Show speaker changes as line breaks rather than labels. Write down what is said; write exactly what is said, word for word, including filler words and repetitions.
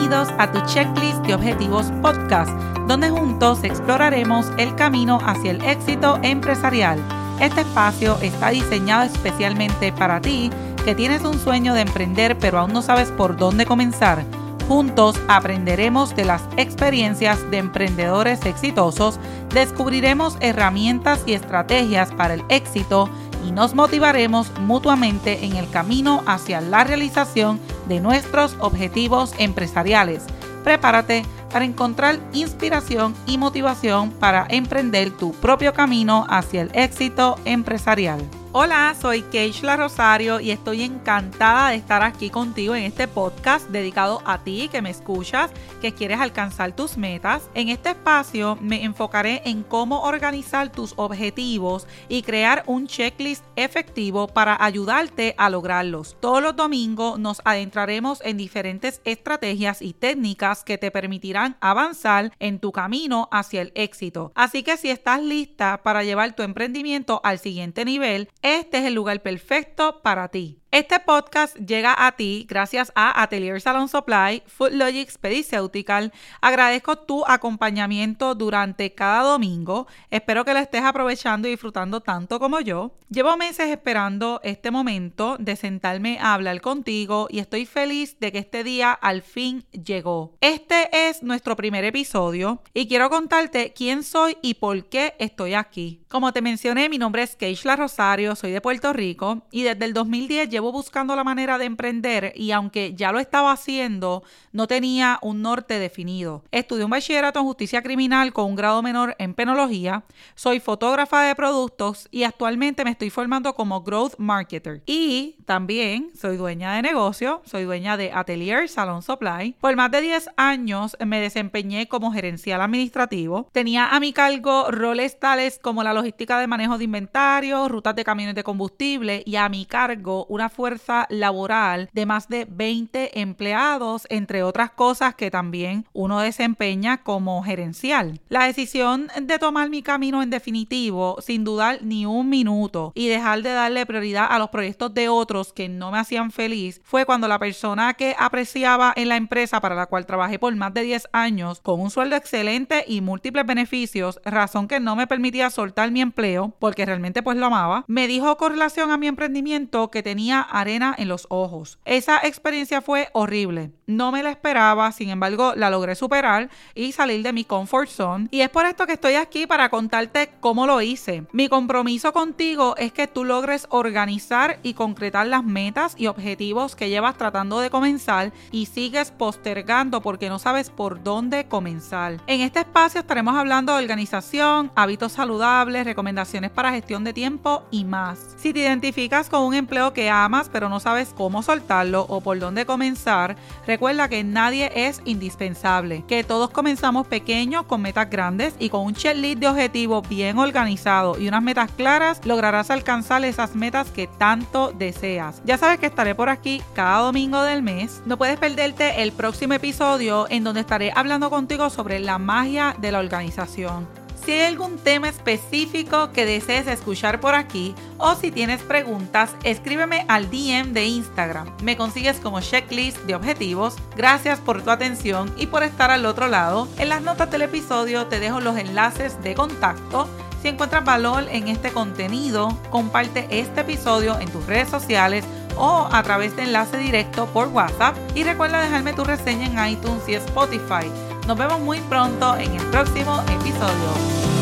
Bienvenidos a tu Checklist de Objetivos Podcast, donde juntos exploraremos el camino hacia el éxito empresarial. Este espacio está diseñado especialmente para ti, que tienes un sueño de emprender pero aún no sabes por dónde comenzar. Juntos aprenderemos de las experiencias de emprendedores exitosos, descubriremos herramientas y estrategias para el éxito y nos motivaremos mutuamente en el camino hacia la realización de nuestros objetivos empresariales. Prepárate para encontrar inspiración y motivación para emprender tu propio camino hacia el éxito empresarial. Hola, soy Keishla Rosario y estoy encantada de estar aquí contigo en este podcast dedicado a ti que me escuchas, que quieres alcanzar tus metas. En este espacio me enfocaré en cómo organizar tus objetivos y crear un checklist efectivo para ayudarte a lograrlos. Todos los domingos nos adentraremos en diferentes estrategias y técnicas que te permitirán avanzar en tu camino hacia el éxito. Así que si estás lista para llevar tu emprendimiento al siguiente nivel, este es el lugar perfecto para ti. Este podcast llega a ti gracias a Atelier Salon Supply, Food Logic Pedicéutical. Agradezco tu acompañamiento durante cada domingo. Espero que lo estés aprovechando y disfrutando tanto como yo. Llevo meses esperando este momento de sentarme a hablar contigo y estoy feliz de que este día al fin llegó. Este es nuestro primer episodio y quiero contarte quién soy y por qué estoy aquí. Como te mencioné, mi nombre es Keishla Rosario, soy de Puerto Rico y desde el dos mil diez llevo Llevo buscando la manera de emprender y aunque ya lo estaba haciendo, no tenía un norte definido. Estudié un bachillerato en justicia criminal con un grado menor en penología. Soy fotógrafa de productos y actualmente me estoy formando como growth marketer. Y también soy dueña de negocio, soy dueña de Atelier Salon Supply. Por más de diez años me desempeñé como gerencial administrativo. Tenía a mi cargo roles tales como la logística de manejo de inventario, rutas de camiones de combustible y a mi cargo una fuerza laboral de más de veinte empleados, entre otras cosas que también uno desempeña como gerencial. La decisión de tomar mi camino en definitivo, sin dudar ni un minuto, y dejar de darle prioridad a los proyectos de otros que no me hacían feliz, fue cuando la persona que apreciaba en la empresa para la cual trabajé por más de diez años, con un sueldo excelente y múltiples beneficios, razón que no me permitía soltar mi empleo, porque realmente pues lo amaba, me dijo con relación a mi emprendimiento que tenía arena en los ojos. Esa experiencia fue horrible. No me la esperaba, sin embargo, la logré superar y salir de mi comfort zone. Y es por esto que estoy aquí para contarte cómo lo hice. Mi compromiso contigo es que tú logres organizar y concretar las metas y objetivos que llevas tratando de comenzar y sigues postergando porque no sabes por dónde comenzar. En este espacio estaremos hablando de organización, hábitos saludables, recomendaciones para gestión de tiempo y más. Si te identificas con un empleo que amas pero no sabes cómo soltarlo o por dónde comenzar, recuerda que nadie es indispensable, que todos comenzamos pequeños con metas grandes y con un checklist de objetivos bien organizado y unas metas claras lograrás alcanzar esas metas que tanto deseas. Ya sabes que estaré por aquí cada domingo del mes. No puedes perderte el próximo episodio en donde estaré hablando contigo sobre la magia de la organización. Si hay algún tema específico que desees escuchar por aquí o si tienes preguntas, escríbeme al D M de Instagram. Me consigues como Checklist de Objetivos. Gracias por tu atención y por estar al otro lado. En las notas del episodio te dejo los enlaces de contacto. Si encuentras valor en este contenido, comparte este episodio en tus redes sociales o a través de enlace directo por WhatsApp y recuerda dejarme tu reseña en iTunes y Spotify. Nos vemos muy pronto en el próximo episodio.